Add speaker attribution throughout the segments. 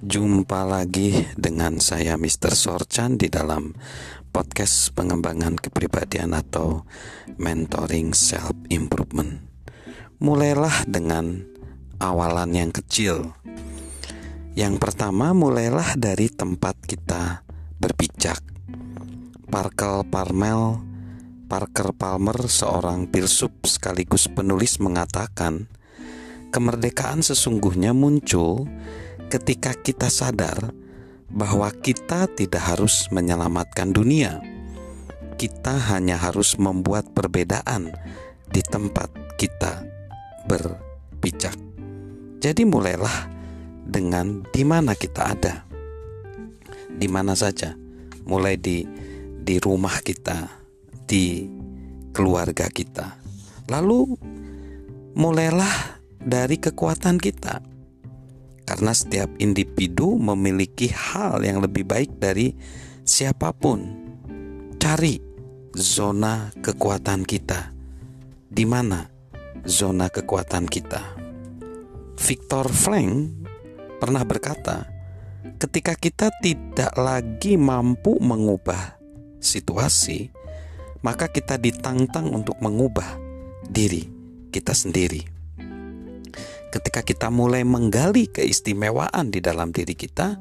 Speaker 1: Jumpa lagi dengan saya Mr. Sorchan di dalam podcast pengembangan kepribadian atau mentoring self improvement. Mulailah dengan awalan yang kecil. Yang pertama, mulailah dari tempat kita berpijak. Parker Palmer, seorang filsuf sekaligus penulis, mengatakan, kemerdekaan sesungguhnya muncul ketika kita sadar bahwa kita tidak harus menyelamatkan dunia. Kita hanya harus membuat perbedaan di tempat kita berpijak. Jadi mulailah dengan di mana kita ada. Di mana saja. Mulai di rumah kita, di keluarga kita. Lalu mulailah dari kekuatan kita. Karena setiap individu memiliki hal yang lebih baik dari siapapun. Cari zona kekuatan kita. Di mana zona kekuatan kita? Viktor Frankl pernah berkata, ketika kita tidak lagi mampu mengubah situasi, maka kita ditantang untuk mengubah diri kita sendiri. Ketika kita mulai menggali keistimewaan di dalam diri kita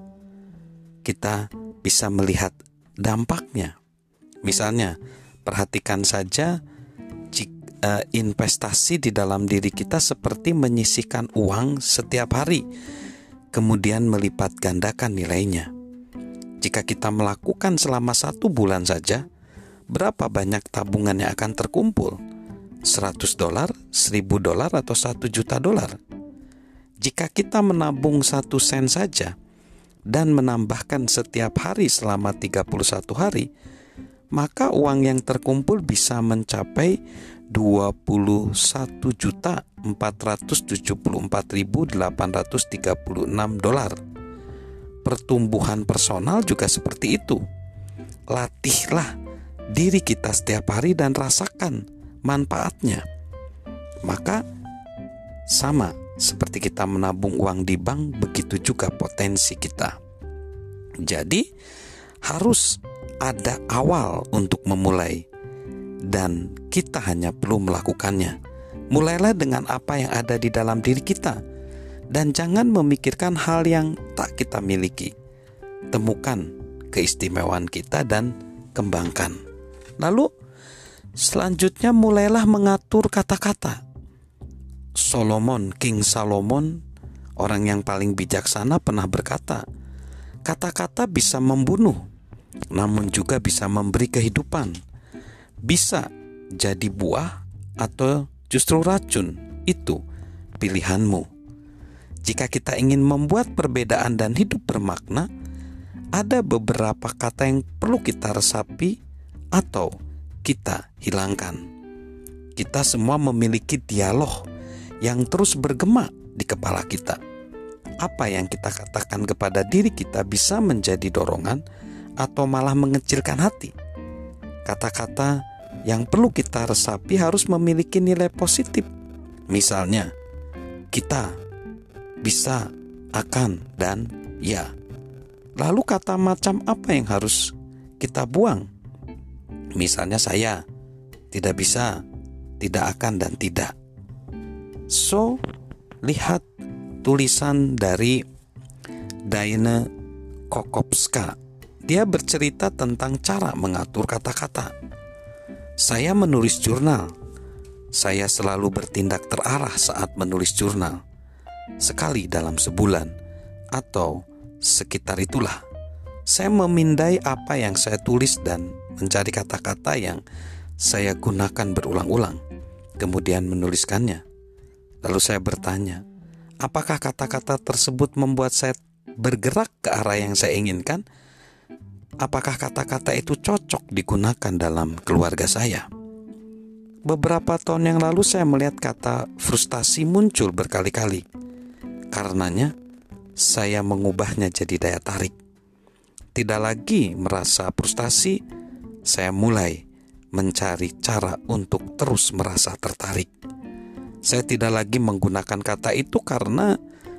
Speaker 1: bisa melihat dampaknya. Misalnya, perhatikan saja investasi di dalam diri kita seperti menyisihkan uang setiap hari, kemudian melipat gandakan nilainya. Jika kita melakukan selama 1 bulan saja, berapa banyak tabungan yang akan terkumpul? $100, $1.000, atau $1 juta? Jika kita menabung 1 sen saja dan menambahkan setiap hari selama 31 hari, maka uang yang terkumpul bisa mencapai $21.474.836. Pertumbuhan personal juga seperti itu. Latihlah diri kita setiap hari dan rasakan manfaatnya. Maka sama seperti kita menabung uang di bank, begitu juga potensi kita. Jadi harus ada awal untuk memulai, dan kita hanya perlu melakukannya. Mulailah dengan apa yang ada di dalam diri kita, dan jangan memikirkan hal yang tak kita miliki. Temukan keistimewaan kita dan kembangkan. Lalu selanjutnya mulailah mengatur kata-kata. King Solomon, orang yang paling bijaksana, pernah berkata, kata-kata bisa membunuh, namun juga bisa memberi kehidupan. Bisa jadi buah atau justru racun. Itu pilihanmu. Jika kita ingin membuat perbedaan dan hidup bermakna, ada beberapa kata yang perlu kita resapi atau kita hilangkan. Kita semua memiliki dialog yang terus bergema di kepala kita. Apa yang kita katakan kepada diri kita bisa menjadi dorongan atau malah mengecilkan hati. Kata-kata yang perlu kita resapi harus memiliki nilai positif. Misalnya, kita, bisa, akan, dan ya. Lalu kata macam apa yang harus kita buang? Misalnya saya, tidak bisa, tidak akan, dan tidak. So, lihat tulisan dari Diana Kokovska. Dia bercerita tentang cara mengatur kata-kata. Saya menulis jurnal. Saya selalu bertindak terarah saat menulis jurnal. Sekali dalam sebulan atau sekitar itulah. Saya memindai apa yang saya tulis dan mencari kata-kata yang saya gunakan berulang-ulang, kemudian menuliskannya. Lalu saya bertanya, apakah kata-kata tersebut membuat saya bergerak ke arah yang saya inginkan? Apakah kata-kata itu cocok digunakan dalam keluarga saya? Beberapa tahun yang lalu saya melihat kata frustasi muncul berkali-kali. Karenanya, saya mengubahnya jadi daya tarik. Tidak lagi merasa frustasi, saya mulai mencari cara untuk terus merasa tertarik. Saya tidak lagi menggunakan kata itu karena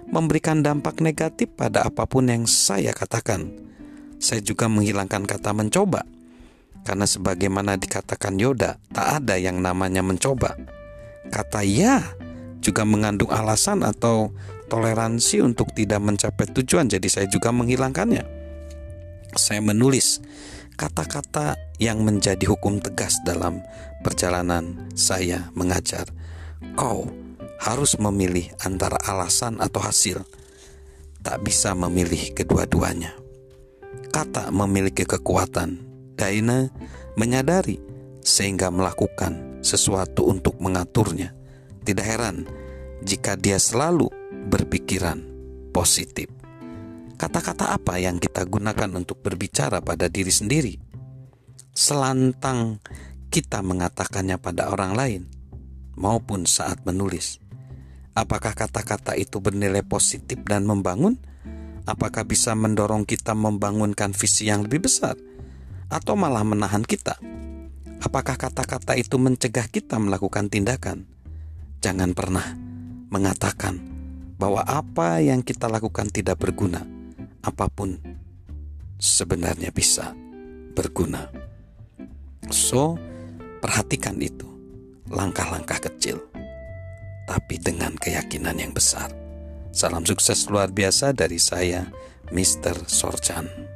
Speaker 1: memberikan dampak negatif pada apapun yang saya katakan. Saya juga menghilangkan kata mencoba, karena sebagaimana dikatakan Yoda, tak ada yang namanya mencoba. Kata ya juga mengandung alasan atau toleransi untuk tidak mencapai tujuan, jadi saya juga menghilangkannya. Saya menulis kata-kata yang menjadi hukum tegas dalam perjalanan saya mengajar. Kau harus memilih antara alasan atau hasil. Tak bisa memilih kedua-duanya. Kata memiliki kekuatan. Daina menyadari sehingga melakukan sesuatu untuk mengaturnya. Tidak heran jika dia selalu berpikiran positif. Kata-kata apa yang kita gunakan untuk berbicara pada diri sendiri? Selantang kita mengatakannya pada orang lain maupun saat menulis. Apakah kata-kata itu bernilai positif dan membangun? Apakah bisa mendorong kita membangunkan visi yang lebih besar? Atau malah menahan kita? Apakah kata-kata itu mencegah kita melakukan tindakan? Jangan pernah mengatakan bahwa apa yang kita lakukan tidak berguna. Apapun sebenarnya bisa berguna. So, perhatikan itu. Langkah-langkah kecil, tapi dengan keyakinan yang besar. Salam sukses luar biasa dari saya, Mr. Sorchan.